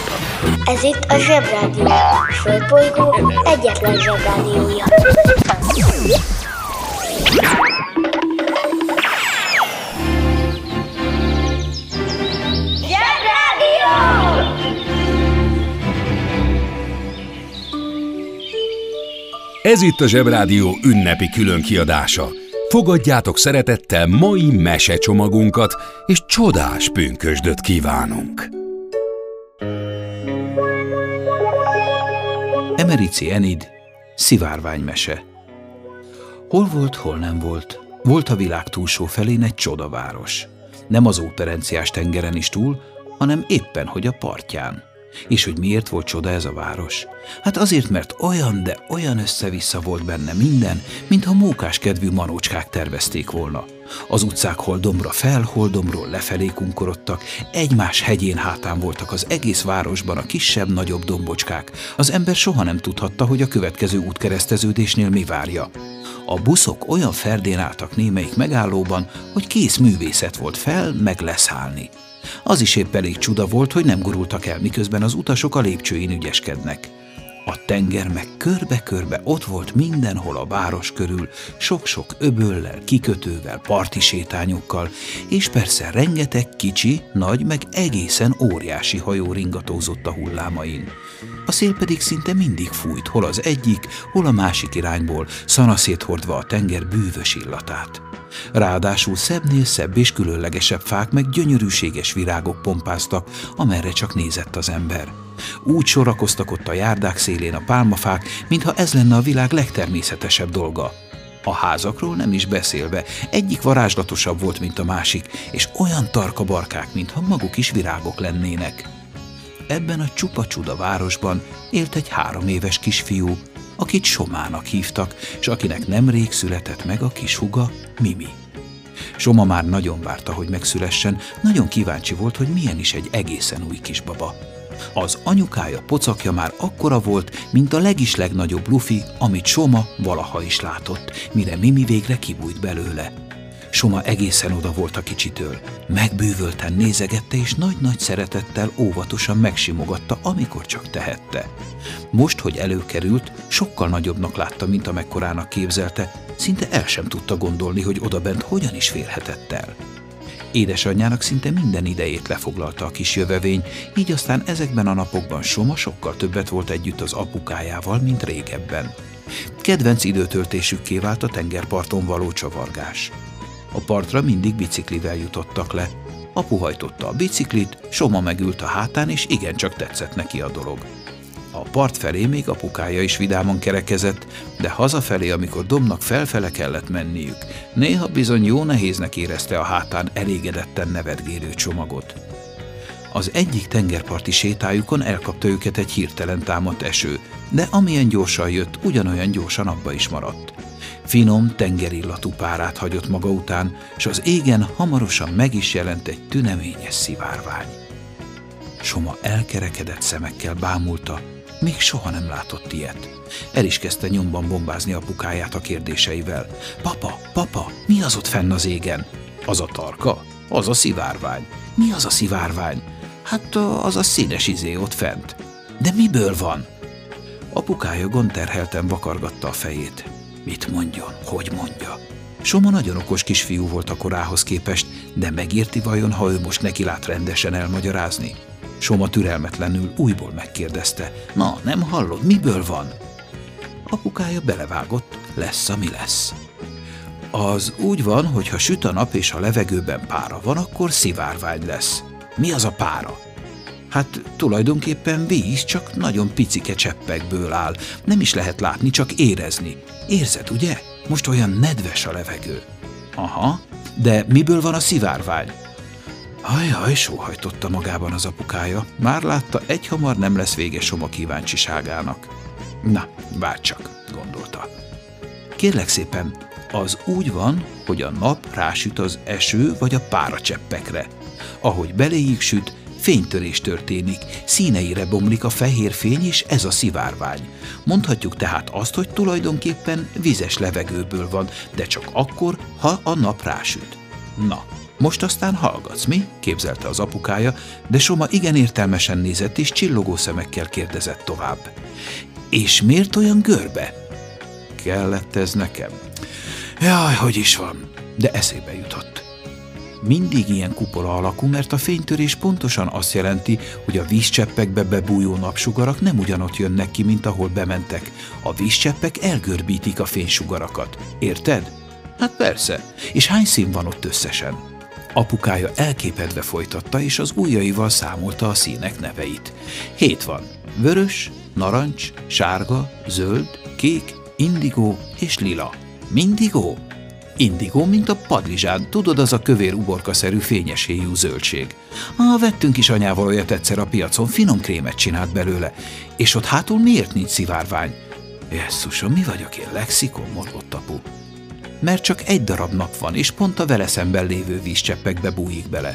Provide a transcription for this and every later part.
Ez itt a Zsebrádió, a Földbolygó egyetlen Zsebrádiója. Zsebrádió! Ez itt a Zsebrádió ünnepi különkiadása. Fogadjátok szeretettel mai mesecsomagunkat, és csodás pünkösdöt kívánunk! Emerici Enid, szivárványmese. Hol volt, hol nem volt. Volt a világ túlsó felén egy csodaváros. Nem az óperenciás tengeren is túl, hanem éppen, hogy a partján. És hogy miért volt csoda ez a város? Hát azért, mert olyan, de olyan össze-vissza volt benne minden, mintha mókáskedvű manócskák tervezték volna. Az utcák hol dombra fel, hol dombról lefelé kunkorodtak, egymás hegyén hátán voltak az egész városban a kisebb-nagyobb dombocskák. Az ember soha nem tudhatta, hogy a következő útkereszteződésnél mi várja. A buszok olyan ferdén álltak némelyik megállóban, hogy kész művészet volt fel, meg leszállni. Az is épp elég csuda volt, hogy nem gurultak el, miközben az utasok a lépcsőin ügyeskednek. A tenger meg körbe-körbe ott volt mindenhol a város körül, sok-sok öböllel, kikötővel, parti sétányokkal, és persze rengeteg kicsi, nagy, meg egészen óriási hajó ringatózott a hullámain. A szél pedig szinte mindig fújt, hol az egyik, hol a másik irányból, szanaszét hordva a tenger bűvös illatát. Ráadásul szebbnél szebb és különlegesebb fák meg gyönyörűséges virágok pompáztak, amerre csak nézett az ember. Úgy sorakoztak ott a járdák szélén a pálmafák, mintha ez lenne a világ legtermészetesebb dolga. A házakról nem is beszélve, egyik varázslatosabb volt, mint a másik, és olyan tarka barkák, mintha maguk is virágok lennének. Ebben a csupa-csuda városban élt egy 3 éves kisfiú, akit Somának hívtak, és akinek nemrég született meg a kis húga, Mimi. Soma már nagyon várta, hogy megszülessen, nagyon kíváncsi volt, hogy milyen is egy egészen új kisbaba. Az anyukája pocakja már akkora volt, mint a legnagyobb lufi, amit Soma valaha is látott, mire Mimi végre kibújt belőle. Soma egészen oda volt a kicsitől. Megbűvölten nézegette, és nagy-nagy szeretettel óvatosan megsimogatta, amikor csak tehette. Most, hogy előkerült, sokkal nagyobbnak látta, mint amekkorának képzelte, szinte el sem tudta gondolni, hogy odabent hogyan is férhetett el. Édesanyjának szinte minden idejét lefoglalta a kis jövevény, így aztán ezekben a napokban Soma sokkal többet volt együtt az apukájával, mint régebben. Kedvenc időtöltésükké vált a tengerparton való csavargás. A partra mindig biciklivel jutottak le. Apu hajtotta a biciklit, Soma megült a hátán, és igencsak tetszett neki a dolog. A part felé még apukája is vidáman kerekezett, de hazafelé, amikor dombnak felfele kellett menniük, néha bizony jó nehéznek érezte a hátán elégedetten nevetgélő csomagot. Az egyik tengerparti sétájukon elkapta őket egy hirtelen támadt eső, de amilyen gyorsan jött, ugyanolyan gyorsan abba is maradt. Finom, tengerillatú párát hagyott maga után, s az égen hamarosan meg is jelent egy tüneményes szivárvány. Soma elkerekedett szemekkel bámulta, még soha nem látott ilyet. El is kezdte nyomban bombázni apukáját a kérdéseivel. Papa, mi az ott fenn az égen? Az a tarka? Az a szivárvány. Mi az a szivárvány? Hát az a színes izé ott fent. De miből van? Apukája gondterhelten vakargatta a fejét. Mit mondjon, hogy mondja? Soma nagyon okos kisfiú volt a korához képest, de megérti vajon, ha ő most neki lát rendesen elmagyarázni? Soma türelmetlenül újból megkérdezte. Na, nem hallod, miből van? Apukája belevágott, lesz, ami lesz. Az úgy van, hogy ha süt a nap és a levegőben pára van, akkor szivárvány lesz. Mi az a pára? Hát tulajdonképpen víz, csak nagyon picike cseppekből áll. Nem is lehet látni, csak érezni. Érzed, ugye? Most olyan nedves a levegő. Aha, de miből van a szivárvány? Ajaj, sóhajtotta magában az apukája. Már látta, egyhamar nem lesz vége Soma kíváncsiságának. Na, várj csak, gondolta. Kérlek szépen, az úgy van, hogy a nap rásüt az eső vagy a páracseppekre. Ahogy beléjük süt, fénytörés történik, színeire bomlik a fehér fény, és ez a szivárvány. Mondhatjuk tehát azt, hogy tulajdonképpen vizes levegőből van, de csak akkor, ha a nap rásüt. Na, Most aztán hallgatsz, mi? Képzelte az apukája, de Soma igen értelmesen nézett, és csillogó szemekkel kérdezett tovább. És miért olyan görbe? Kellett ez nekem? Jaj, hogy is van, de eszébe jutott. Mindig ilyen kupola alakú, mert a fénytörés pontosan azt jelenti, hogy a vízcseppekbe bebújó napsugarak nem ugyanott jönnek ki, mint ahol bementek. A vízcseppek elgörbítik a fénysugarakat. Érted? Hát persze. És hány szín van ott összesen? Apukája elképedve folytatta, és az ujjaival számolta a színek neveit. 7 van. Vörös, narancs, sárga, zöld, kék, indigó és lila. Mindigó? Indigó, mint a padlizsán, tudod, az a kövér uborkaszerű fényes héjú zöldség. Vettünk is anyával olyat egyszer a piacon, finom krémet csinált belőle. És ott hátul miért nincs szivárvány? Jesszusom, mi vagyok én, lexikon, morgott apu. Mert csak egy darab nap van, és pont a vele szemben lévő vízcseppekbe bújik bele.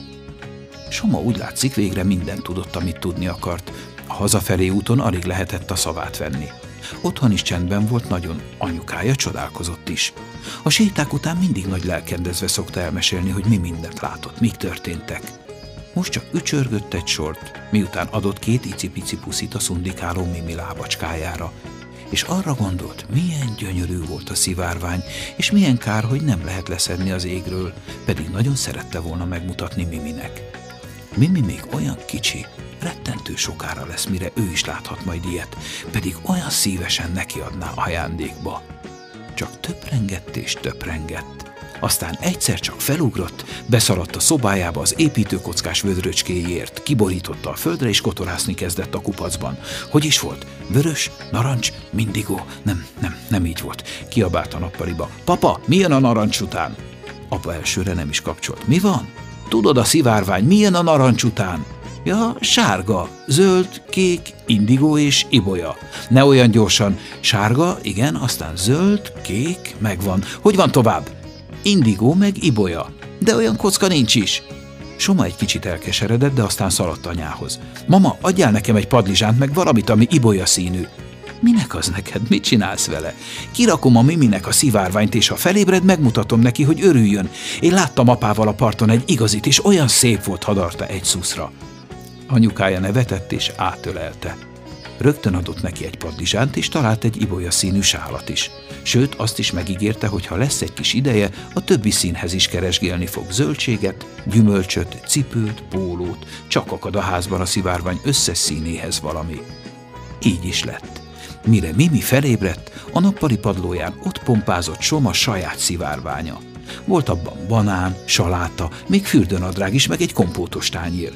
Soma úgy látszik, végre mindent tudott, amit tudni akart. A hazafelé úton alig lehetett a szavát venni. Otthon is csendben volt nagyon, anyukája csodálkozott is. A séták után mindig nagy lelkendezve szokta elmesélni, hogy mi mindent látott, mik történtek. Most csak ücsörgött egy sort, miután adott 2 icipici puszit a szundikáló Mimi lábacskájára, és arra gondolt, milyen gyönyörű volt a szivárvány, és milyen kár, hogy nem lehet leszedni az égről, pedig nagyon szerette volna megmutatni Miminek. Mimi még olyan kicsi, rettentő sokára lesz, mire ő is láthat majd ilyet, pedig olyan szívesen nekiadná ajándékba. Csak töprengett és töprengett. Aztán egyszer csak felugrott, beszaladt a szobájába az építőkockás vödröcskéjéért, kiborította a földre és kotorászni kezdett a kupacban. Hogy is volt? Vörös, narancs, mindigó. Nem így volt. Kiabált a nappaliba. Papa, mi jön a narancs után? Apa elsőre nem is kapcsolt. Mi van? Tudod, a szivárvány, mi jön a narancs után? Ja, sárga, zöld, kék, indigó és ibolya. Ne olyan gyorsan. Sárga, igen, aztán zöld, kék, megvan. Hogy van tovább? Indigó meg ibolya. De olyan kocka nincs is. Soma egy kicsit elkeseredett, de aztán szaladt anyához. Mama, adjál nekem egy padlizsánt, meg valamit, ami ibolya színű. Minek az neked? Mit csinálsz vele? Kirakom a Miminek a szivárványt, és ha felébred, megmutatom neki, hogy örüljön. Én láttam apával a parton egy igazit, és olyan szép volt, hadarta egy szuszra. Anyukája nevetett és átölelte. Rögtön adott neki egy padlizsánt, és talált egy ibolya színű sálat is. Sőt, azt is megígérte, hogy ha lesz egy kis ideje, a többi színhez is keresgélni fog zöldséget, gyümölcsöt, cipőt, pólót, csak akad a házban a szivárvány összes színéhez valami. Így is lett. Mire Mimi felébredt, a nappali padlóján ott pompázott Soma saját szivárványa. Volt abban banán, saláta, még fürdőnadrág is, meg egy kompótos tányér.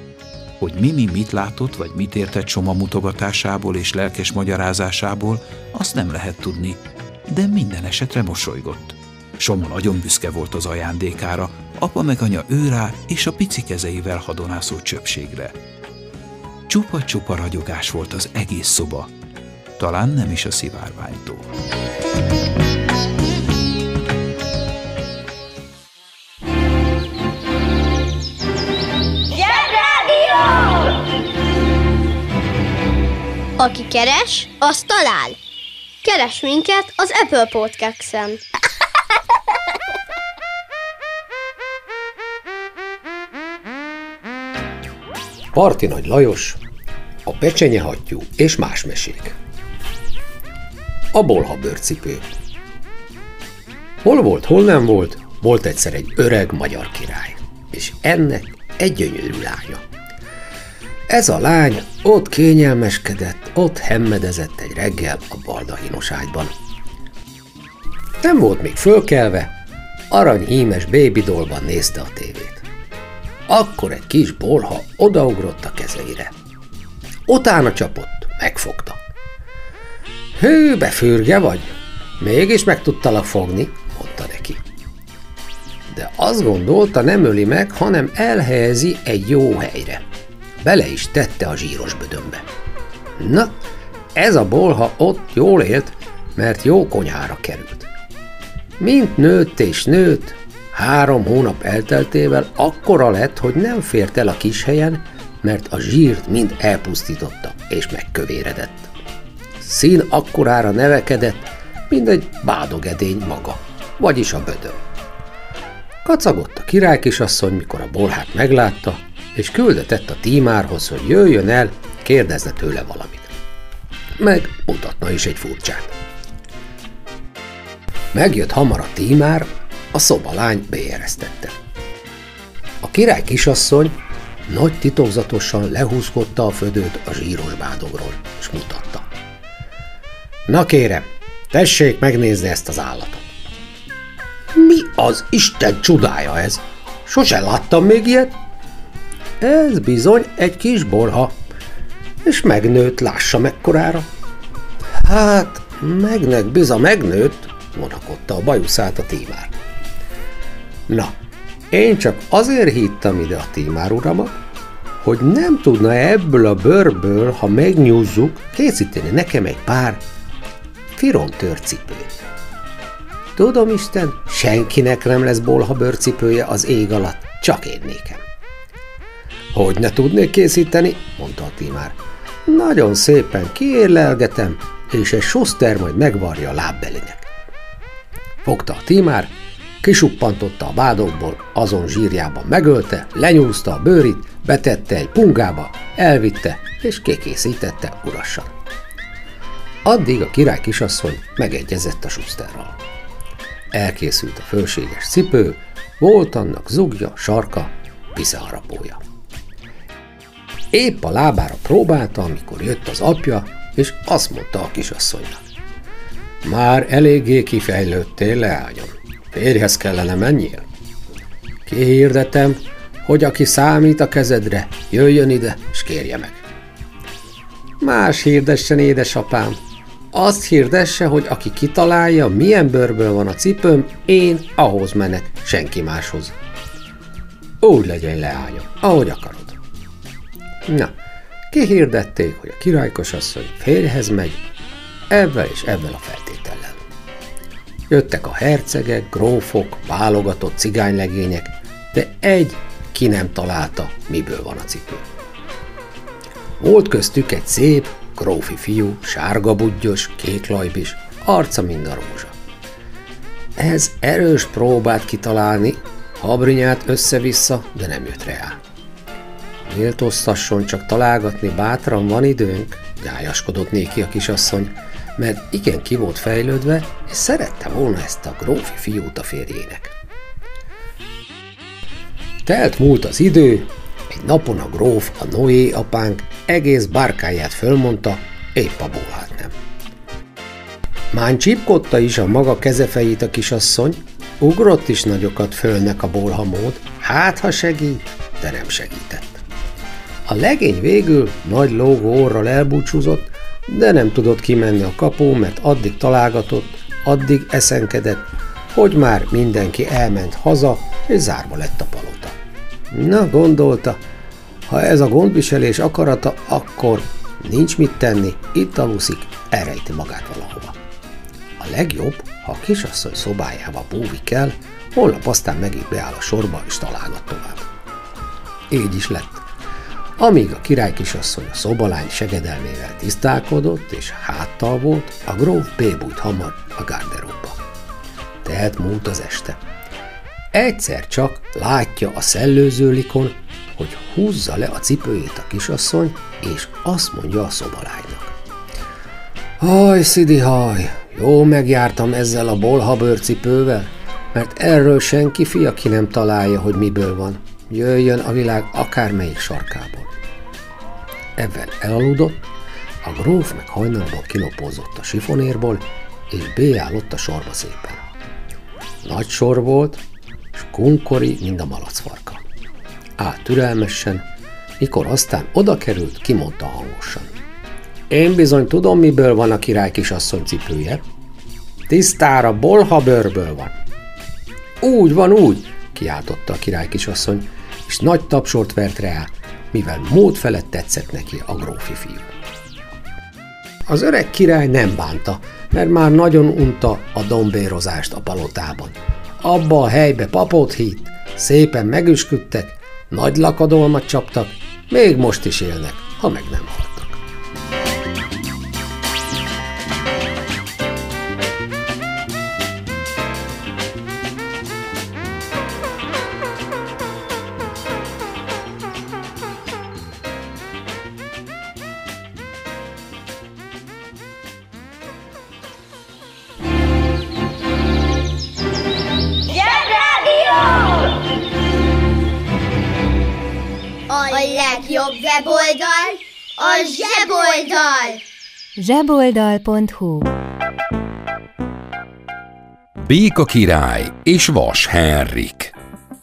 Hogy Mimi mit látott, vagy mit értett Soma mutogatásából és lelkes magyarázásából, azt nem lehet tudni, de minden esetre mosolygott. Soma nagyon büszke volt az ajándékára, apa meg anya őrá és a pici kezeivel hadonászó csöpségre. Csupa-csupa ragyogás volt az egész szoba, talán nem is a szivárványtól. Aki keres, az talál. Keres minket az Apple Podcast-en. Parti Nagy Lajos, a Pecsenyehattyú és más mesék. A bolha bőrcipő. Hol volt, hol nem volt, volt egyszer egy öreg magyar király, és ennek egy gyönyörű lánya. Ez a lány ott kényelmeskedett, ott hemmedezett egy reggel a baldahinos ágyban. Nem volt még fölkelve, aranyhímes babydolban nézte a tévét. Akkor egy kis bolha odaugrott a kezeire. Utána csapott, megfogta. Hű, befürge vagy? Mégis meg tudtalak fogni, mondta neki. De azt gondolta, nem öli meg, hanem elhelyezi egy jó helyre. Bele is tette a zsíros bödönbe. Na, ez a bolha ott jól élt, mert jó konyhára került. Mint nőtt és nőtt, 3 hónap elteltével akkora lett, hogy nem fért el a kis helyen, mert a zsírt mind elpusztította és megkövéredett. Szín akkorára nevekedett, mint egy bádogedény maga, vagyis a bödön. Kacagott a királykisasszony, mikor a bolhát meglátta, és küldetett a tímárhoz, hogy jöjjön el, kérdezne tőle valamit. Meg mutatna is egy furcsát. Megjött hamar a tímár, a szobalány beéreztette. A király kisasszony nagy titokzatosan lehúzkodta a födőt a zsíros bádogról, és mutatta. Na kérem, tessék megnézni ezt az állatot. Mi az Isten csodája ez? Sose láttam még ilyet. Ez bizony egy kis bolha, és megnőtt, lássa mekkorára. Hát, megnőtt, vonakodta a bajuszát a tímár. Na, én csak azért hittem ide a tímár uramat, hogy nem tudna ebből a bőrből, ha megnyúzzuk, készíteni nekem egy pár firontőrcipőt. Tudom, Isten, senkinek nem lesz bolha bőrcipője az ég alatt, csak én nékem. Hogy ne tudnék készíteni, mondta a tímár. Nagyon szépen kiérlelgetem, és egy suszter majd megvarja a lábbelinek. Fogta a tímár, kisuppantotta a bádogból, azon zsírjában megölte, lenyúzta a bőrit, betette egy pungába, elvitte, és kikészítette urasan. Addig a király kisasszony megegyezett a suszterral. Elkészült a fölséges cipő, volt annak zugja, sarka, piszeharapója. Épp a lábára próbálta, amikor jött az apja, és azt mondta a kisasszonynak. Már eléggé kifejlődtél, leányom. Férjhez kellene menjél. Kihirdetem, hogy aki számít a kezedre, jöjjön ide, és kérje meg. Más hirdessen, édesapám. Azt hirdesse, hogy aki kitalálja, milyen bőrből van a cipőm, én ahhoz menek, senki máshoz. Úgy legyen, leányom, ahogy akarod. Na, kihirdették, hogy a királykosasszony férjhez megy, ebben és ebben a feltétellel. Jöttek a hercegek, grófok, válogatott cigánylegények, de egy ki nem találta, miből van a cipő. Volt köztük egy szép, grófi fiú, sárga budgyos, kék lajbis, arca mind a rózsa. Ez erős próbát kitalálni, habrinyát össze-vissza, de nem jött rá. Méltóztasson csak találgatni, bátran van időnk, gyájaskodott néki a kisasszony, mert igen ki volt fejlődve, és szerette volna ezt a grófi fiút a férjének. Telt múlt az idő, egy napon a gróf, a Noé apánk egész bárkáját fölmondta, épp a bolhát nem. Mán csípkodta is a maga kezefejét a kisasszony, ugrott is nagyokat fölnek a bolhamód, hát ha segít, de nem segített. A legény végül nagy lógó orral elbúcsúzott, de nem tudott kimenni a kapun, mert addig találgatott, addig eszenkedett, hogy már mindenki elment haza, és zárva lett a palota. Na, gondolta, ha ez a gondviselés akarata, akkor nincs mit tenni, itt aluszik, elrejti magát valahova. A legjobb, ha a kisasszony szobájába búvik el, holnap aztán megint beáll a sorba, és találgat tovább. Így is lett. Amíg a király kisasszony a szobalány segedelmével tisztálkodott és háttal volt, a gróf bébújt hamar a garderóbba. Telt múlt az este. Egyszer csak látja a szellőző likon, hogy húzza le a cipőjét a kisasszony, és azt mondja a szobalánynak. Haj, Szidi, haj, jó megjártam ezzel a bolhabőrcipővel, mert erről senki fia ki nem találja, hogy miből van. Jöjjön a világ akármelyik sarkából. Ebben elaludott, a gróf meg hajnalban kilopózott a sifonérból, és beállott a sorba szépen. Nagy sor volt, s kunkori, mint a malacfarka. Állt türelmesen, mikor aztán oda került, kimondta hangosan. Én bizony tudom, miből van a király kisasszony cipője. Tisztára bolhabőrből van. Úgy van, úgy, kiáltotta a király kisasszony, és nagy tapsort vert rá, mivel mód felett tetszett neki a grófi fiú. Az öreg király nem bánta, mert már nagyon unta a dombérozást a palotában. Abba a helybe papot hitt, szépen megüsküdtek, nagy lakadalmat csaptak, még most is élnek, ha meg nem haltak. A legjobb weboldal a Zseboldal! Zseboldal.hu Béka király és Vas Henrik.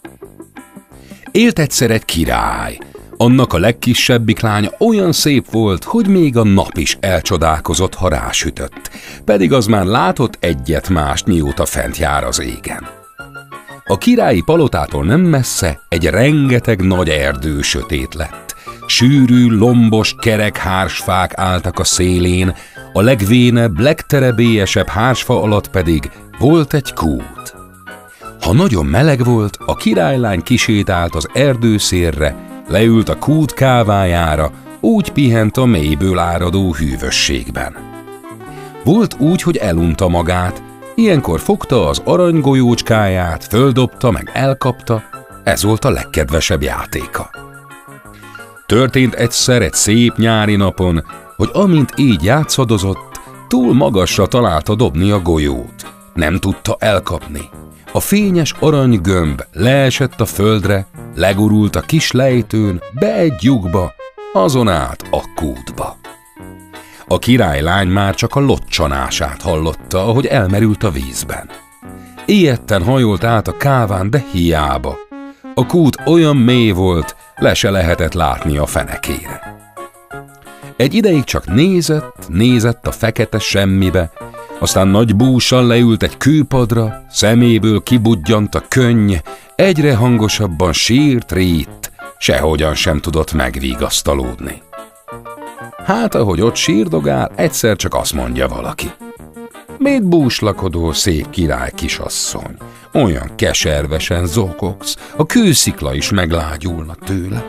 Élt egyszer egy király. Annak a legkisebbik lánya olyan szép volt, hogy még a nap is elcsodálkozott, ha rásütött, pedig az már látott egyet-mást, mióta fent jár az égen. A királyi palotától nem messze egy rengeteg nagy erdő sötét lett. Sűrű, lombos, kerek hársfák álltak a szélén, a legvénebb, legterebélyesebb hársfa alatt pedig volt egy kút. Ha nagyon meleg volt, a királylány kisétált az erdőszélre, leült a kút kávájára, úgy pihent a mélyből áradó hűvösségben. Volt úgy, hogy elunta magát, ilyenkor fogta az aranygolyócskáját, földobta meg elkapta, ez volt a legkedvesebb játéka. Történt egyszer egy szép nyári napon, hogy amint így játszadozott, túl magasra találta dobni a golyót. Nem tudta elkapni. A fényes aranygömb leesett a földre, legurult a kis lejtőn, be egy lyukba, azon át a kútba. A királylány már csak a locsanását hallotta, ahogy elmerült a vízben. Ijedten hajolt át a káván, de hiába. A kút olyan mély volt, le se lehetett látni a fenekére. Egy ideig csak nézett a fekete semmibe, aztán nagy bússal leült egy kőpadra, szeméből kibudjant a könny, egyre hangosabban sírt, rítt, sehogyan sem tudott megvigasztalódni. Hát, ahogy ott sírdogál, egyszer csak azt mondja valaki: mit búslakodó, szép király kisasszony, olyan keservesen zokogsz, a kőszikla is meglágyulna tőle.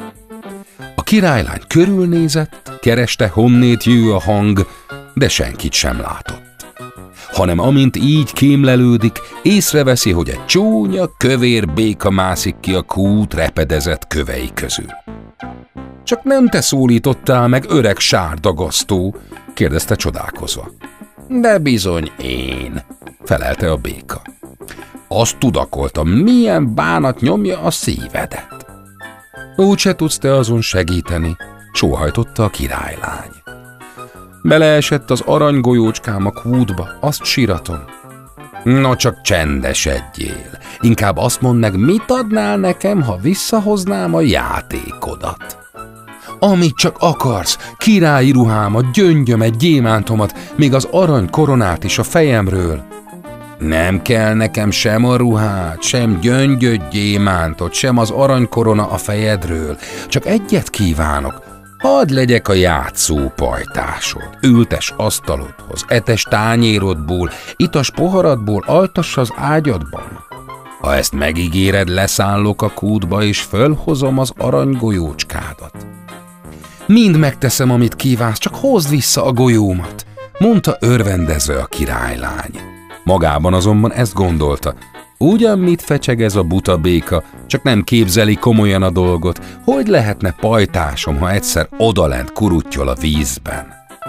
A királylány körülnézett, kereste, honnét jő a hang, de senkit sem látott. Hanem amint így kémlelődik, észreveszi, hogy egy csúnya, kövér béka mászik ki a kút repedezett kövei közül. Csak nem te szólítottál meg, öreg sárdagasztó? Kérdezte csodálkozva. De bizony én, felelte a béka. Azt tudakoltam, milyen bánat nyomja a szívedet. Úgyse tudsz te azon segíteni, sóhajtotta a királylány. Beleesett az aranygolyócskám a kútba, azt síratom. No, csak csendesedjél. Inkább azt mondd meg, mit adnál nekem, ha visszahoznám a játékodat. Amit csak akarsz, királyi ruhámat, gyöngyömet, gyémántomat, még az arany koronát is a fejemről. Nem kell nekem sem a ruhát, sem gyöngyöt, gyémántot, sem az aranykorona a fejedről. Csak egyet kívánok, hadd legyek a játszópajtásod, ültes asztalodhoz, etes tányérodból, itas poharadból, altass az ágyadban. Ha ezt megígéred, leszállok a kútba, és fölhozom az aranygolyócskádat. Mind megteszem, amit kívánsz, csak hozd vissza a golyómat, mondta örvendezve a királylány. Magában azonban ezt gondolta: ugyan mit fecseg ez a buta béka, csak nem képzeli komolyan a dolgot, hogy lehetne pajtásom, ha egyszer odalent kuruttyol a vízben.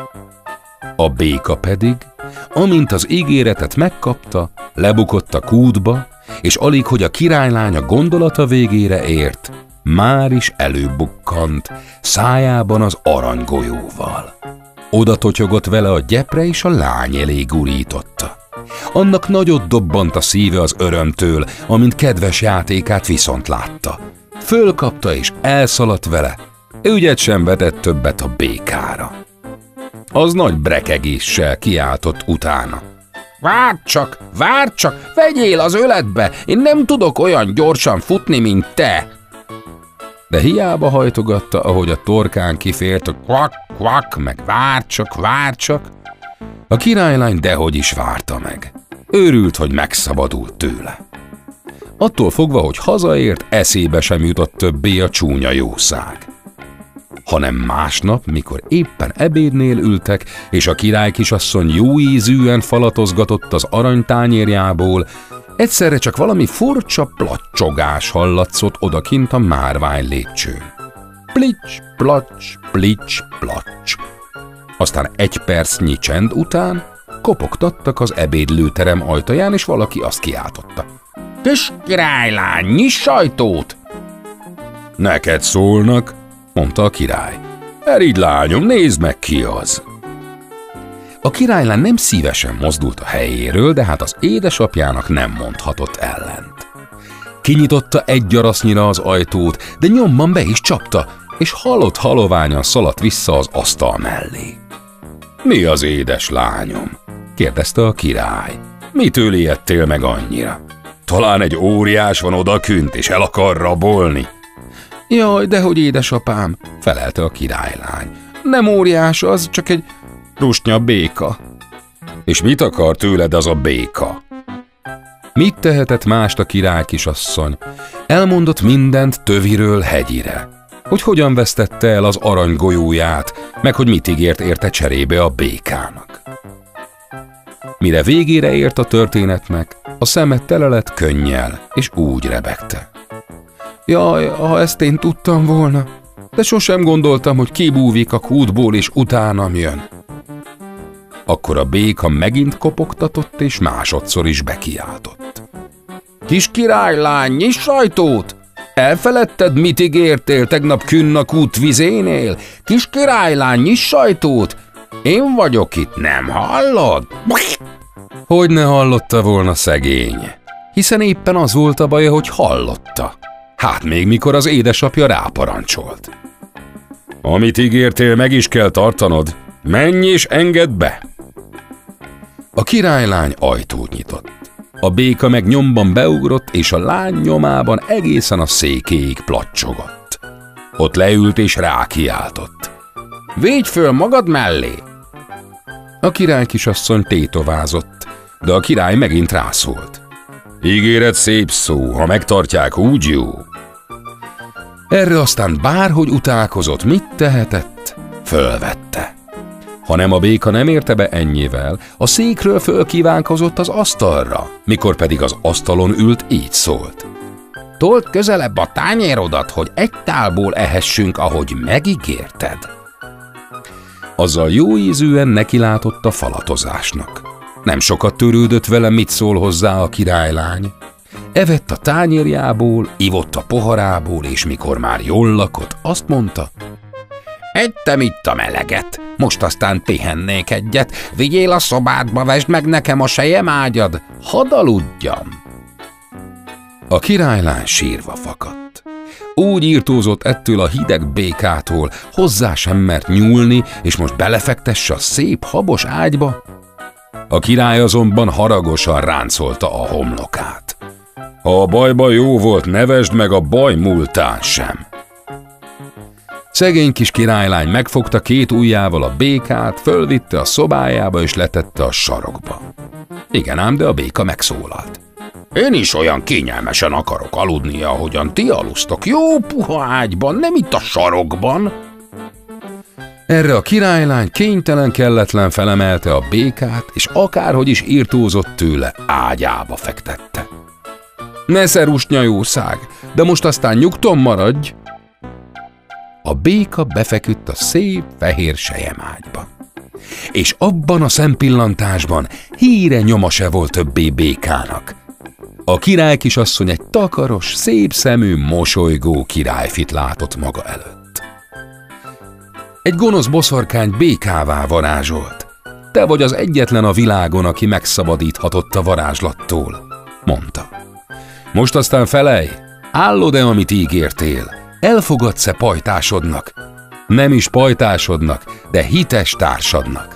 A béka pedig, amint az ígéretet megkapta, lebukott a kútba, és alig, hogy a királylánya gondolata végére ért, már is előbukkant, szájában az aranygolyóval. Oda totyogott vele a gyepre, és a lány elé gurította. Annak nagyot dobbant a szíve az örömtől, amint kedves játékát viszont látta. Fölkapta és elszaladt vele, ügyet sem vetett többet a békára. Az nagy brekegéssel kiáltott utána: Várd csak, vegyél az öletbe, én nem tudok olyan gyorsan futni, mint te! De hiába hajtogatta, ahogy a torkán kifért a kvak, meg várd csak. A királylány dehogy is várta meg. Örült, hogy megszabadult tőle. Attól fogva, hogy hazaért, eszébe sem jutott többé a csúnya jószág. Hanem másnap, mikor éppen ebédnél ültek, és a királykisasszony jó ízűen falatozgatott az aranytányérjából, egyszerre csak valami furcsa placsogás hallatszott odakint a márvány lépcsőn. Plics, placs, plics, placs. Aztán egy percnyi csend után kopogtattak az ebédlőterem ajtaján, és valaki azt kiáltotta: Kis királylány, nyiss ajtót! Neked szólnak, mondta a király. Erigy, lányom, nézd meg, ki az. A királylány nem szívesen mozdult a helyéről, de hát az édesapjának nem mondhatott ellent. Kinyitotta egy gyarasznyira az ajtót, de nyomban be is csapta, és halott haloványan szaladt vissza az asztal mellé. Mi az, édes lányom? Kérdezte a király. Mitől ijedtél meg annyira? Talán egy óriás van odakünt, és el akar rabolni? Jaj, dehogy édesapám, felelte a királylány. Nem óriás az, csak egy rusnya béka. És mit akar tőled az a béka? Mit tehetett mást a király kisasszony? Elmondott mindent töviről hegyire. Hogy hogyan vesztette el az aranygolyóját, meg hogy mit ígért érte cserébe a békának. Mire végére ért a történetnek, a szeme tele lett könnyel, és úgy rebegte. Jaj, ha ezt én tudtam volna, de sosem gondoltam, hogy kibúvik a kútból, és utánam jön. Akkor a béka megint kopogtatott, és másodszor is bekiáltott. Kis királylány, nyiss ajtót! Elfeledted, mit ígértél tegnap künn a kút vizénél? Kis királylány, nyiss ajtót! Én vagyok itt, nem hallod? Hogy ne hallotta volna szegény, hiszen éppen az volt a baja, hogy hallotta. Hát még mikor az édesapja ráparancsolt. Amit ígértél, meg is kell tartanod. Menj és engedd be! A királylány ajtót nyitott. A béka meg nyomban beugrott, és a lány nyomában egészen a székéig placsogott. Ott leült és rákiáltott. Védj föl magad mellé! A király kisasszony tétovázott, de a király megint rászólt. Ígéret szép szó, ha megtartják, úgy jó. Erre aztán bárhogy utálkozott, mit tehetett? Fölvette. Hanem a béka nem érte be ennyivel, a székről fölkívánkozott az asztalra, mikor pedig az asztalon ült, így szólt. Told közelebb a tányérodat, hogy egy tálból ehessünk, ahogy megígérted. Azzal jó ízűen nekilátott a falatozásnak. Nem sokat törődött vele, mit szól hozzá a királylány. Evett a tányérjából, ivott a poharából, és mikor már jól lakott, azt mondta. Ettem itt a meleget, most aztán pihennék egyet, vigyél a szobádba, vesd meg nekem a sejemágyad, hadd aludjam. A királylány sírva fakadt. Úgy írtózott ettől a hideg békától, hozzá sem mert nyúlni, és most belefektesse a szép habos ágyba. A király azonban haragosan ráncolta a homlokát. Ha a bajba jó volt, nevesd meg a baj múltán sem. Szegény kis királylány megfogta két ujjával a békát, fölvitte a szobájába és letette a sarokba. Igen ám, de a béka megszólalt. Én is olyan kényelmesen akarok aludni, ahogyan ti alusztok, jó puha ágyban, nem itt a sarokban. Erre a királylány kénytelen kelletlen felemelte a békát, és akárhogy is írtózott tőle, ágyába fektette. Nesze rusnya jószág, de most aztán nyugton maradj! A béka befeküdt a szép fehér sejemágyba. És abban a szempillantásban híre nyoma se volt többé békának. A király kisasszony egy takaros, szép szemű, mosolygó királyfit látott maga előtt. Egy gonosz boszorkány békává varázsolt. Te vagy az egyetlen a világon, aki megszabadíthatott a varázslattól, mondta. Most aztán felej, állod-e, amit ígértél? Elfogadsz-e pajtásodnak? Nem is pajtásodnak, de hites társadnak.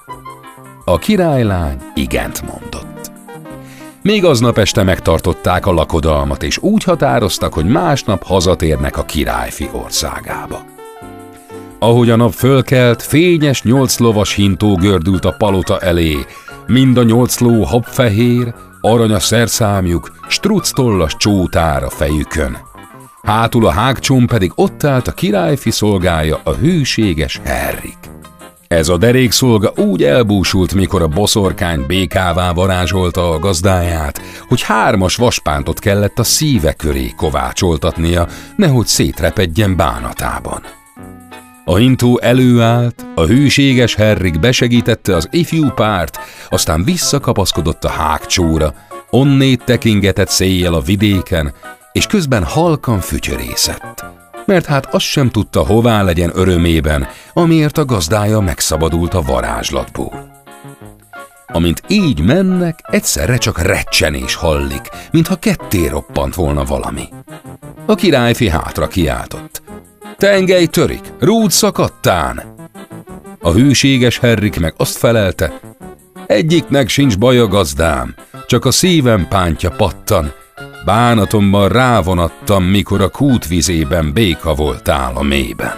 A királylány igent mondott. Még aznap este megtartották a lakodalmat, és úgy határoztak, hogy másnap hazatérnek a királyfi országába. Ahogy a nap fölkelt, fényes 8 lovas hintó gördült a palota elé, mind a 8 ló habfehér, arany a szerszámjuk, structollas csótár a fejükön. Hátul a hágcsom pedig ott állt a királyfi szolgája, a hűséges Henrik. Ez a derékszolga úgy elbúsult, mikor a boszorkány békává varázsolta a gazdáját, hogy 3 vaspántot kellett a szíve köré kovácsoltatnia, nehogy szétrepedjen bánatában. A hintó előállt, a hűséges Henrik besegítette az ifjú párt, aztán visszakapaszkodott a hágcsóra, onnét tekingetett széjjel a vidéken, és közben halkan fütyörészett. mert hát azt sem tudta, hová legyen örömében, amiért a gazdája megszabadult a varázslatból. Amint így mennek, egyszerre csak recsenés hallik, mintha ketté roppant volna valami. A királyfi hátra kiáltott. Tengely törik, rúd szakadtán! A hűséges Henrik meg azt felelte, egyiknek sincs baja, gazdám, csak a szívem pántja pattan, bánatomban rávonattam, mikor a kútvizében béka voltál a mélyben.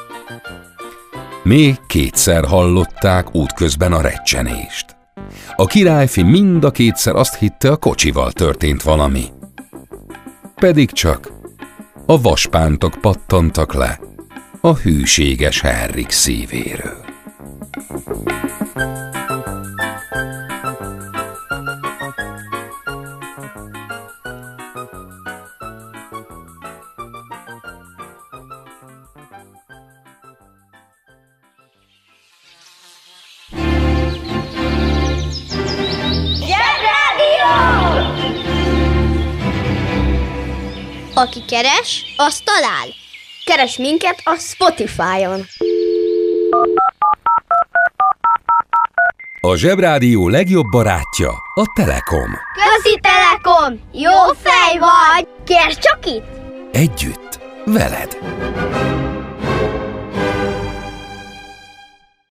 Még kétszer hallották útközben a recsenést. A királyfi mind a kétszer azt hitte, a kocsival történt valami. Pedig csak a vaspántok pattantak le a hűséges Henrik szívéről. Aki keres, az talál. Keres minket a Spotify-on. A Zsebrádió legjobb barátja a Telekom. Közi Telekom! Jó fej vagy! Kérd csak itt! Együtt, veled!